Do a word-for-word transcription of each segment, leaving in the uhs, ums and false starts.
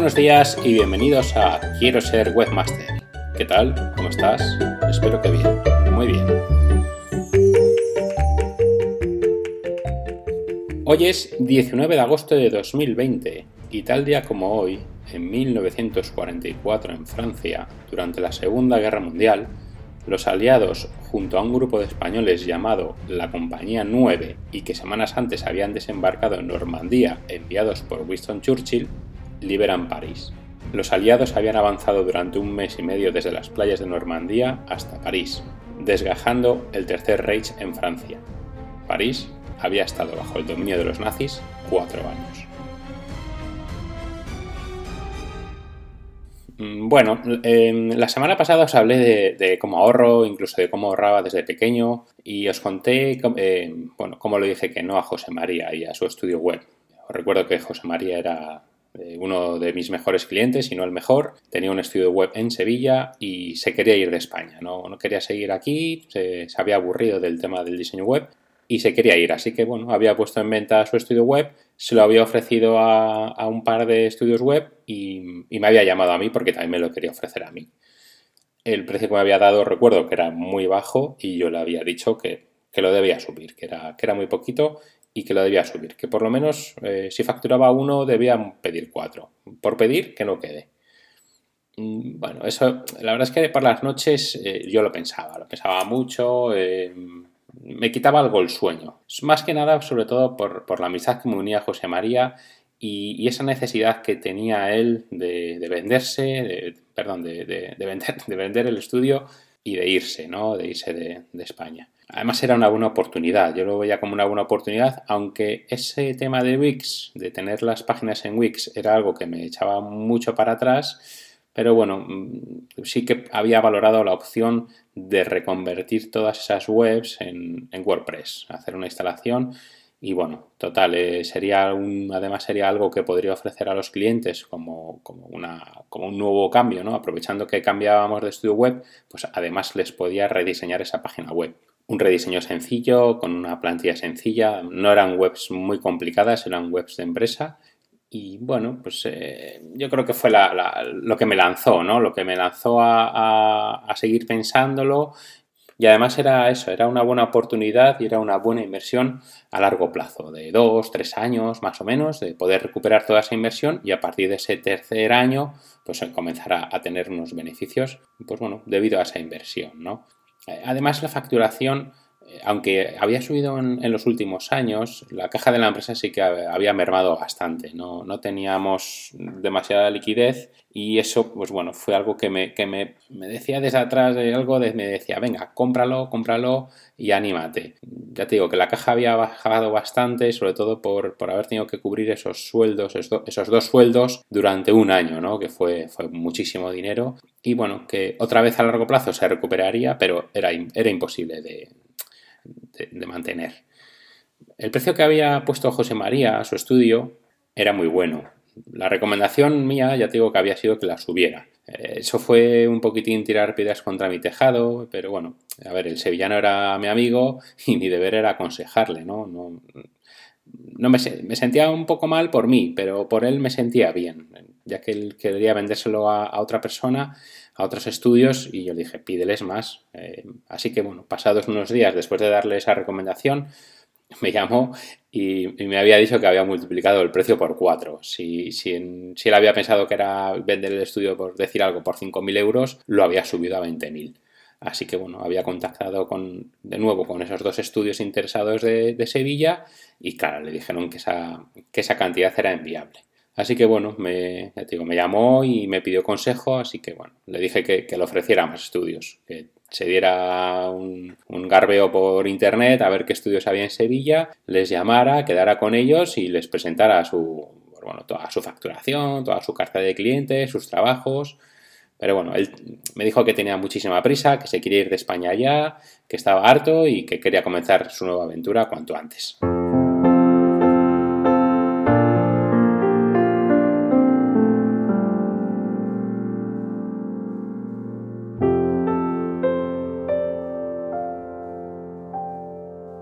Buenos días y bienvenidos a Quiero ser webmaster. ¿Qué tal? ¿Cómo estás? Espero que bien. Muy bien. Hoy es diecinueve de agosto de dos mil veinte y tal día como hoy, en mil novecientos cuarenta y cuatro en Francia, durante la Segunda Guerra Mundial, los aliados, junto a un grupo de españoles llamado la Compañía nueve y que semanas antes habían desembarcado en Normandía enviados por Winston Churchill, liberan París. Los aliados habían avanzado durante un mes y medio desde las playas de Normandía hasta París, desgajando el Tercer Reich en Francia. París había estado bajo el dominio de los nazis cuatro años. Bueno, eh, la semana pasada os hablé de, de cómo ahorro, incluso de cómo ahorraba desde pequeño, y os conté eh, bueno, cómo le dije que no a José María y a su estudio web. Os recuerdo que José María era eh, uno de mis mejores clientes, y no el mejor. Tenía un estudio web en Sevilla y se quería ir de España. No, no quería seguir aquí, se, se había aburrido del tema del diseño web y se quería ir. Así que bueno, había puesto en venta su estudio web, se lo había ofrecido a, a un par de estudios web y, y me había llamado a mí porque también me lo quería ofrecer a mí. El precio que me había dado, recuerdo que era muy bajo y yo le había dicho que, que lo debía subir, que era, que era muy poquito y que lo debía subir, que por lo menos eh, si facturaba uno debía pedir cuatro, por pedir que no quede. Bueno, eso, la verdad es que por las noches eh, yo lo pensaba, lo pensaba mucho, eh, me quitaba algo el sueño. Más que nada, sobre todo por, por la amistad que me unía a José María y, y esa necesidad que tenía él de, de venderse, de, perdón, de, de, de, vender, de vender el estudio y de irse, ¿no? De irse de, de España. Además era una buena oportunidad, yo lo veía como una buena oportunidad, aunque ese tema de Wix, de tener las páginas en Wix, era algo que me echaba mucho para atrás. Pero bueno, sí que había valorado la opción de reconvertir todas esas webs en, en WordPress, hacer una instalación y bueno, total, eh, sería un, además sería algo que podría ofrecer a los clientes como, como, una, como un nuevo cambio, ¿no? Aprovechando que cambiábamos de estudio web, pues además les podía rediseñar esa página web. Un rediseño sencillo, con una plantilla sencilla, no eran webs muy complicadas, eran webs de empresa. Y bueno, pues eh, yo creo que fue la, la, lo que me lanzó, ¿no? Lo que me lanzó a, a, a seguir pensándolo. Y además era eso, era una buena oportunidad y era una buena inversión a largo plazo, de dos, tres años más o menos, de poder recuperar toda esa inversión y a partir de ese tercer año, pues comenzar a, a tener unos beneficios, pues bueno, debido a esa inversión, ¿no? Además, la facturación, aunque había subido en, en los últimos años, la caja de la empresa sí que había mermado bastante. No, no teníamos demasiada liquidez y eso, pues bueno, fue algo que me, que me, me decía desde atrás, de algo de, me decía, venga, cómpralo, cómpralo y anímate. Ya te digo que la caja había bajado bastante, sobre todo por, por haber tenido que cubrir esos sueldos, esos, esos dos sueldos durante un año, ¿no? Que fue, fue muchísimo dinero. Y bueno, que otra vez a largo plazo se recuperaría, pero era, era imposible de, de, de mantener. El precio que había puesto José María a su estudio era muy bueno. La recomendación mía, ya te digo que había sido que la subiera. Eso fue un poquitín tirar piedras contra mi tejado, pero bueno, a ver, el sevillano era mi amigo y mi deber era aconsejarle, ¿no? No, no me, me sentía un poco mal por mí, pero por él me sentía bien, ya que él quería vendérselo a, a otra persona, a otros estudios, y yo le dije, pídeles más. Eh, así que bueno, pasados unos días después de darle esa recomendación, me llamó y, y me había dicho que había multiplicado el precio por cuatro. Si, si, en, si él había pensado que era vender el estudio, por decir algo, por cinco mil euros, lo había subido a veinte mil. Así que bueno, había contactado con, de nuevo con esos dos estudios interesados de, de Sevilla y claro, le dijeron que esa, que esa cantidad era inviable. Así que bueno, me, ya te digo, me llamó y me pidió consejo, así que bueno, le dije que, que le ofreciera más estudios, que se diera un, un garbeo por internet a ver qué estudios había en Sevilla, les llamara, quedara con ellos y les presentara su, bueno, toda su facturación, toda su carta de clientes, sus trabajos. Pero bueno, él me dijo que tenía muchísima prisa, que se quería ir de España ya, que estaba harto y que quería comenzar su nueva aventura cuanto antes.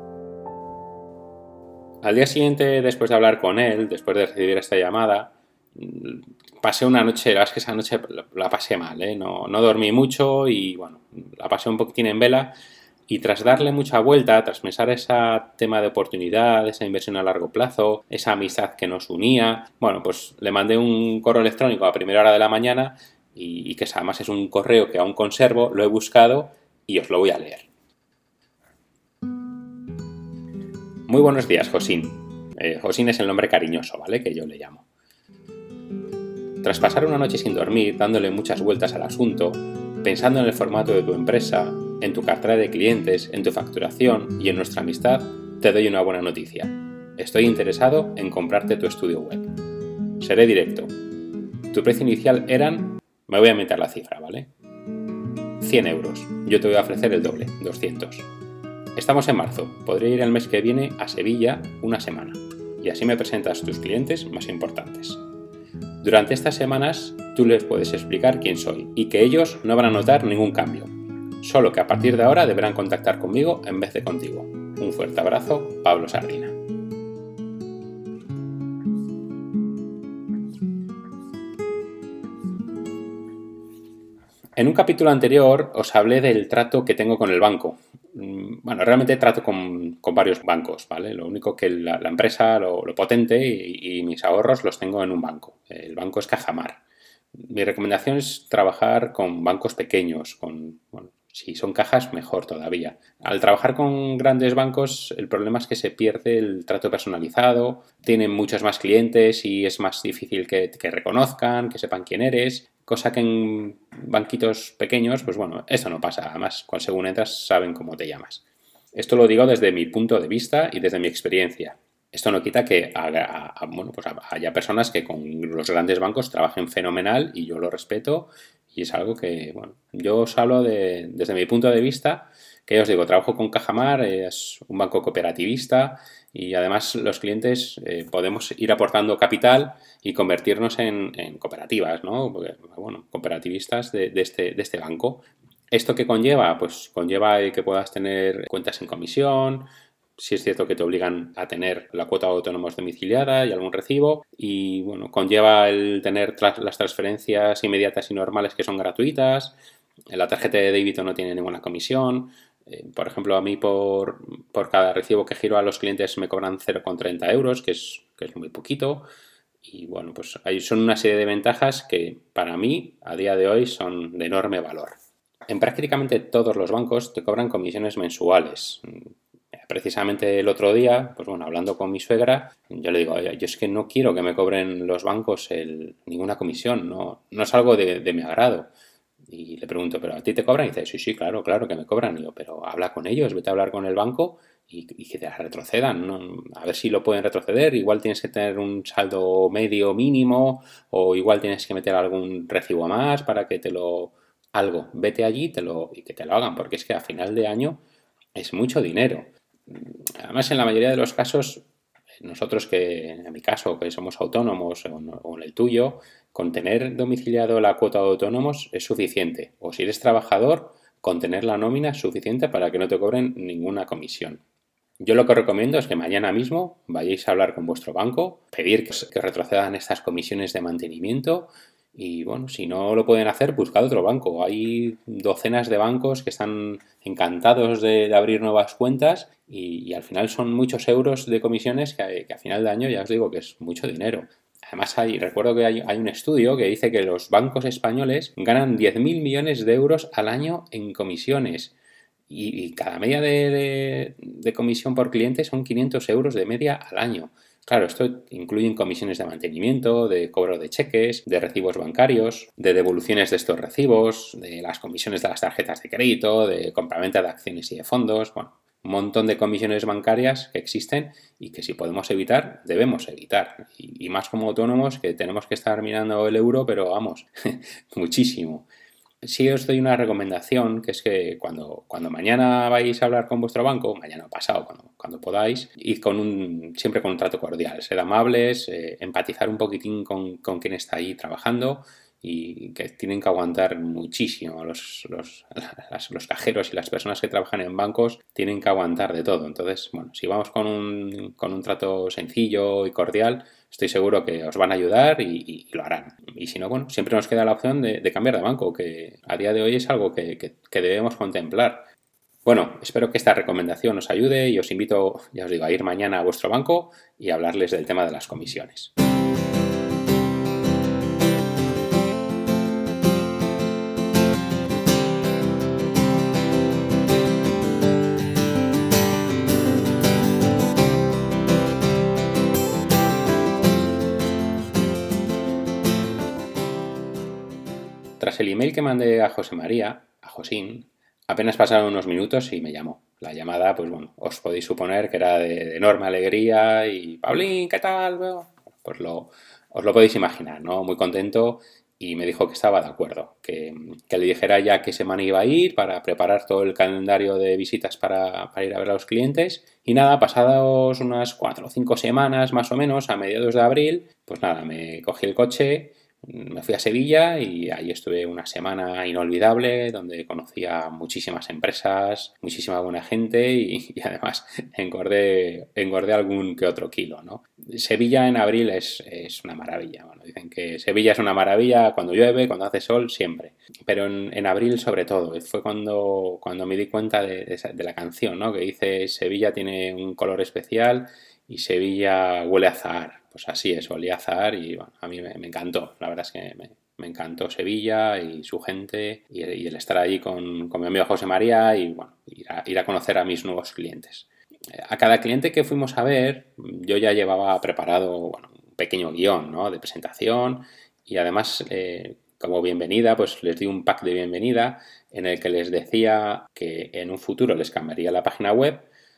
Al día siguiente, después de hablar con él, después de recibir esta llamada, pasé una noche, la verdad es que esa noche la pasé mal, ¿eh? No, no dormí mucho y bueno, la pasé un poquitín en vela. Y tras darle mucha vuelta, tras pensar ese tema de oportunidad, esa inversión a largo plazo, esa amistad que nos unía, bueno, pues le mandé un correo electrónico a primera hora de la mañana y, y que además es un correo que aún conservo, lo he buscado y os lo voy a leer. Muy buenos días, Josín. Eh, Josín es el nombre cariñoso, ¿vale? Que yo le llamo. Tras pasar una noche sin dormir, dándole muchas vueltas al asunto, pensando en el formato de tu empresa, en tu cartera de clientes, en tu facturación y en nuestra amistad, te doy una buena noticia. Estoy interesado en comprarte tu estudio web. Seré directo. Tu precio inicial eran... Me voy a inventar la cifra, ¿vale? cien euros. Yo te voy a ofrecer el doble, doscientos. Estamos en marzo. Podré ir el mes que viene a Sevilla una semana. Y así me presentas tus clientes más importantes. Durante estas semanas tú les puedes explicar quién soy y que ellos no van a notar ningún cambio. Solo que a partir de ahora deberán contactar conmigo en vez de contigo. Un fuerte abrazo, Pablo Sardina. En un capítulo anterior os hablé del trato que tengo con el banco. Bueno, realmente trato con, con varios bancos, ¿vale? Lo único que la, la empresa, lo, lo potente y, y mis ahorros los tengo en un banco. El banco es Cajamar. Mi recomendación es trabajar con bancos pequeños, con, bueno, si son cajas, mejor todavía. Al trabajar con grandes bancos, el problema es que se pierde el trato personalizado, tienen muchos más clientes y es más difícil que, que reconozcan, que sepan quién eres, cosa que en banquitos pequeños, pues bueno, esto no pasa. Además, cuando según entras, saben cómo te llamas. Esto lo digo desde mi punto de vista y desde mi experiencia. Esto no quita que haga, a, bueno, pues haya personas que con los grandes bancos trabajen fenomenal y yo lo respeto y es algo que, bueno, yo os hablo de, desde mi punto de vista, que os digo, trabajo con Cajamar, es un banco cooperativista y además los clientes eh, podemos ir aportando capital y convertirnos en, en cooperativas, ¿no? Porque, bueno, cooperativistas de, de, este, de este banco. ¿Esto qué conlleva? Pues conlleva que puedas tener cuentas en comisión. Sí es cierto que te obligan a tener la cuota de autónomos domiciliada y algún recibo y bueno, conlleva el tener tras las transferencias inmediatas y normales que son gratuitas, la tarjeta de débito no tiene ninguna comisión, eh, por ejemplo a mí por, por cada recibo que giro a los clientes me cobran cero coma treinta euros, que es, que es muy poquito y bueno, pues ahí son una serie de ventajas que para mí a día de hoy son de enorme valor. En prácticamente todos los bancos te cobran comisiones mensuales. Precisamente el otro día, pues bueno, hablando con mi suegra, yo le digo, oye, yo es que no quiero que me cobren los bancos el, ninguna comisión, no, no es algo de, de mi agrado. Y le pregunto, ¿pero a ti te cobran? Y dice, sí, sí, claro, claro que me cobran. Y yo, pero habla con ellos, vete a hablar con el banco y, y que te la retrocedan, ¿no? A ver si lo pueden retroceder. Igual tienes que tener un saldo medio mínimo o igual tienes que meter algún recibo más para que te lo... Algo, vete allí te lo, y que te lo hagan, porque es que a final de año es mucho dinero. Además, en la mayoría de los casos, nosotros que, en mi caso, que somos autónomos o en el tuyo, con tener domiciliado la cuota de autónomos es suficiente. O si eres trabajador, con tener la nómina es suficiente para que no te cobren ninguna comisión. Yo lo que os recomiendo es que mañana mismo vayáis a hablar con vuestro banco, pedir que retrocedan estas comisiones de mantenimiento y bueno, si no lo pueden hacer, buscad otro banco. Hay docenas de bancos que están encantados de, de abrir nuevas cuentas y, y al final son muchos euros de comisiones que, que a final de año ya os digo que es mucho dinero. Además, hay, recuerdo que hay, hay un estudio que dice que los bancos españoles ganan diez mil millones de euros al año en comisiones. Y, y cada media de, de, de comisión por cliente son quinientos euros de media al año. Claro, esto incluye comisiones de mantenimiento, de cobro de cheques, de recibos bancarios, de devoluciones de estos recibos, de las comisiones de las tarjetas de crédito, de compraventa de acciones y de fondos, bueno, un montón de comisiones bancarias que existen y que si podemos evitar, debemos evitar. Y, y más como autónomos que tenemos que estar mirando el euro, pero vamos, muchísimo. Sí os doy una recomendación, que es que cuando, cuando mañana vais a hablar con vuestro banco, mañana o pasado, cuando, cuando podáis, id con un, siempre con un trato cordial, ser amables, eh, empatizar un poquitín con, con quien está ahí trabajando y que tienen que aguantar muchísimo. Los, los, las, los cajeros y las personas que trabajan en bancos tienen que aguantar de todo. Entonces, bueno, si vamos con un, con un trato sencillo y cordial, estoy seguro que os van a ayudar y, y lo harán. Y si no, bueno, siempre nos queda la opción de, de cambiar de banco, que a día de hoy es algo que, que, que debemos contemplar. Bueno, espero que esta recomendación os ayude y os invito, ya os digo, a ir mañana a vuestro banco y a hablarles del tema de las comisiones. Tras el email que mandé a José María, a Josín, apenas pasaron unos minutos y me llamó. La llamada, pues bueno, os podéis suponer que era de, de enorme alegría y Paulín, ¿qué tal? Pues lo, os lo podéis imaginar, ¿no? Muy contento y me dijo que estaba de acuerdo, que, que le dijera ya qué semana iba a ir para preparar todo el calendario de visitas para, para ir a ver a los clientes. Y nada, pasados unas cuatro o cinco semanas más o menos, a mediados de abril, pues nada, me cogí el coche, me fui a Sevilla y ahí estuve una semana inolvidable donde conocí a muchísimas empresas, muchísima buena gente y, y además engordé, engordé algún que otro kilo, ¿no? Sevilla en abril es, es una maravilla. Bueno, dicen que Sevilla es una maravilla cuando llueve, cuando hace sol, siempre. Pero en, en abril sobre todo. Fue cuando, cuando me di cuenta de, de, de la canción, ¿no? Que dice Sevilla tiene un color especial y Sevilla huele a azahar. Pues así es, olía a azahar y bueno, a mí me, me encantó. La verdad es que me, me encantó Sevilla y su gente y, y el estar allí con, con mi amigo José María y bueno, ir a, ir a conocer a mis nuevos clientes. A cada cliente que fuimos a ver, yo ya llevaba preparado bueno, un pequeño guión, ¿no? De presentación y además, eh, como bienvenida, pues les di un pack de bienvenida en el que les decía que en un futuro les cambiaría la página web.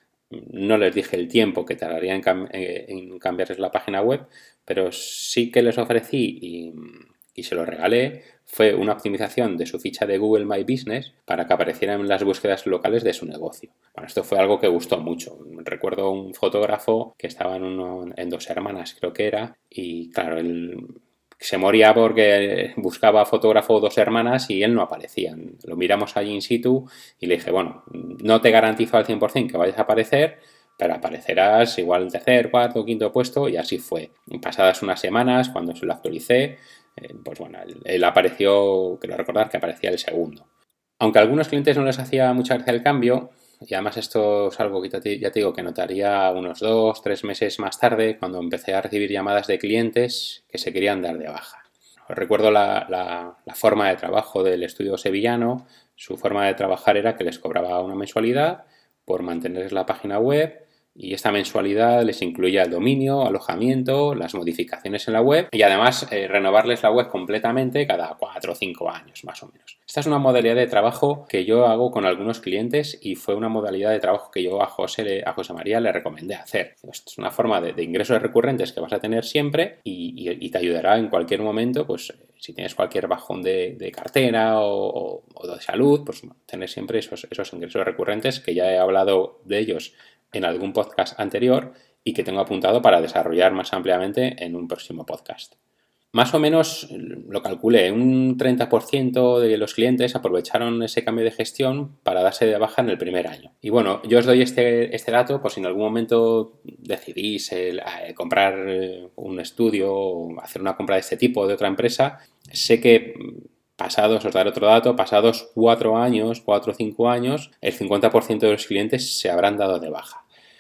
No les dije el tiempo que tardaría en, cam en cambiarles la página web, pero sí que les ofrecí y, y se lo regalé, fue una optimización de su ficha de Google My Business para que aparecieran en las búsquedas locales de su negocio. Bueno, esto fue algo que gustó mucho. Recuerdo un fotógrafo que estaba en, uno, en Dos Hermanas, creo que era, y claro, él se moría porque buscaba fotógrafo Dos Hermanas y él no aparecía. Lo miramos allí in situ y le dije, bueno, no te garantizo al cien por cien que vayas a aparecer, pero aparecerás igual en tercer, cuarto, quinto puesto y así fue. Pasadas unas semanas, cuando se lo actualicé, eh, pues bueno, él, él apareció, quiero recordar que aparecía el segundo. Aunque a algunos clientes no les hacía mucha gracia el cambio, y además esto es algo que ya te digo que notaría unos dos, tres meses más tarde cuando empecé a recibir llamadas de clientes que se querían dar de baja. Recuerdo la, la, la forma de trabajo del estudio sevillano. Su forma de trabajar era que les cobraba una mensualidad por mantener la página web y esta mensualidad les incluía el dominio, alojamiento, las modificaciones en la web y además eh, renovarles la web completamente cada cuatro o cinco años más o menos. Esta es una modalidad de trabajo que yo hago con algunos clientes y fue una modalidad de trabajo que yo a José, a José María le recomendé hacer. Esto es una forma de, de ingresos recurrentes que vas a tener siempre y, y, y te ayudará en cualquier momento, pues si tienes cualquier bajón de, de cartera o, o, o de salud, pues tener siempre esos, esos ingresos recurrentes que ya he hablado de ellos en algún podcast anterior y que tengo apuntado para desarrollar más ampliamente en un próximo podcast. Más o menos lo calculé, un treinta por ciento de los clientes aprovecharon ese cambio de gestión para darse de baja en el primer año. Y bueno, yo os doy este, este dato por si en algún momento decidís el, el comprar un estudio o hacer una compra de este tipo de otra empresa. Sé que pasados, os daré otro dato, pasados cuatro años, cuatro o cinco años, el cincuenta por ciento de los clientes se habrán dado de baja.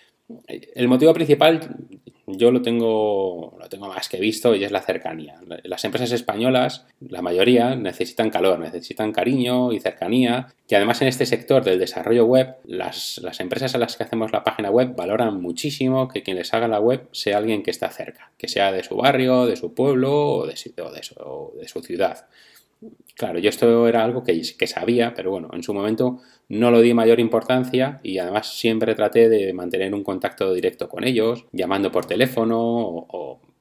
El motivo principal yo lo tengo, lo tengo más que visto y es la cercanía. Las empresas españolas, la mayoría, necesitan calor, necesitan cariño y cercanía y además en este sector del desarrollo web, las, las empresas a las que hacemos la página web valoran muchísimo que quien les haga la web sea alguien que está cerca, que sea de su barrio, de su pueblo o de su, o de su, o de su ciudad. Claro, yo esto era algo que, que sabía, pero bueno, en su momento no lo di mayor importancia y además siempre traté de mantener un contacto directo con ellos, llamando por teléfono o, o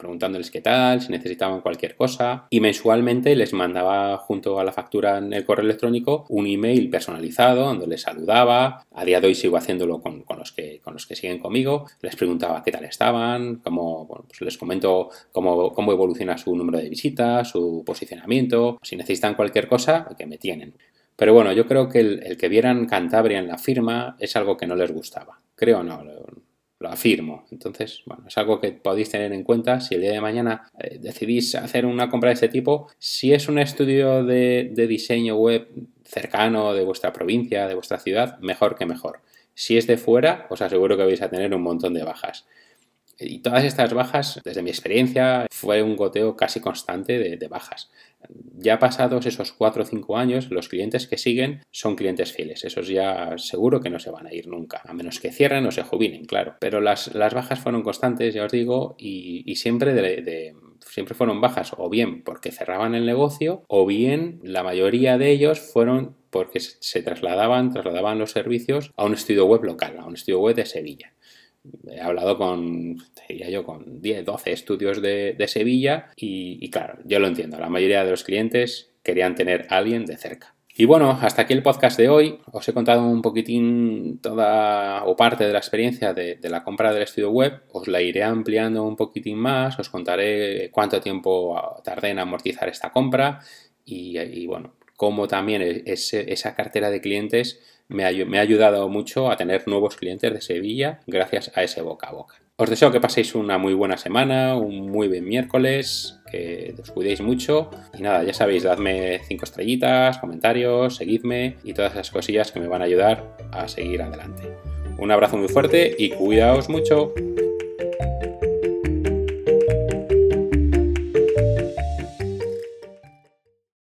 preguntándoles qué tal, si necesitaban cualquier cosa, y mensualmente les mandaba junto a la factura en el correo electrónico un email personalizado donde les saludaba. A día de hoy sigo haciéndolo con, con, los, que, con los que siguen conmigo. Les preguntaba qué tal estaban, cómo, bueno, pues les comento cómo, cómo evoluciona su número de visitas, su posicionamiento, si necesitan cualquier cosa, que me tienen. Pero bueno, yo creo que el, el que vieran Cantabria en la firma es algo que no les gustaba. Creo no, lo, lo afirmo. Entonces, bueno, es algo que podéis tener en cuenta si el día de mañana eh, decidís hacer una compra de este tipo. Si es un estudio de, de diseño web cercano de vuestra provincia, de vuestra ciudad, mejor que mejor. Si es de fuera, os aseguro que vais a tener un montón de bajas. Y todas estas bajas, desde mi experiencia, fue un goteo casi constante de, de bajas. Ya pasados esos cuatro o cinco años, los clientes que siguen son clientes fieles. Esos ya seguro que no se van a ir nunca, a menos que cierren o se jubilen, claro. Pero las, las bajas fueron constantes, ya os digo, y, y siempre, de, de, siempre fueron bajas o bien porque cerraban el negocio o bien la mayoría de ellos fueron porque se trasladaban, trasladaban los servicios a un estudio web local, a un estudio web de Sevilla. He hablado con, diría yo, con diez, doce estudios de, de Sevilla y, y claro, yo lo entiendo. La mayoría de los clientes querían tener a alguien de cerca. Y bueno, hasta aquí el podcast de hoy. Os he contado un poquitín toda o parte de la experiencia de, de la compra del estudio web. Os la iré ampliando un poquitín más. Os contaré cuánto tiempo tardé en amortizar esta compra y, y bueno, cómo también ese, esa cartera de clientes me ha, me ha ayudado mucho a tener nuevos clientes de Sevilla gracias a ese boca a boca. Os deseo que paséis una muy buena semana, un muy buen miércoles, que os cuidéis mucho y nada, ya sabéis, dadme cinco estrellitas, comentarios, seguidme y todas esas cosillas que me van a ayudar a seguir adelante. Un abrazo muy fuerte y cuidaos mucho.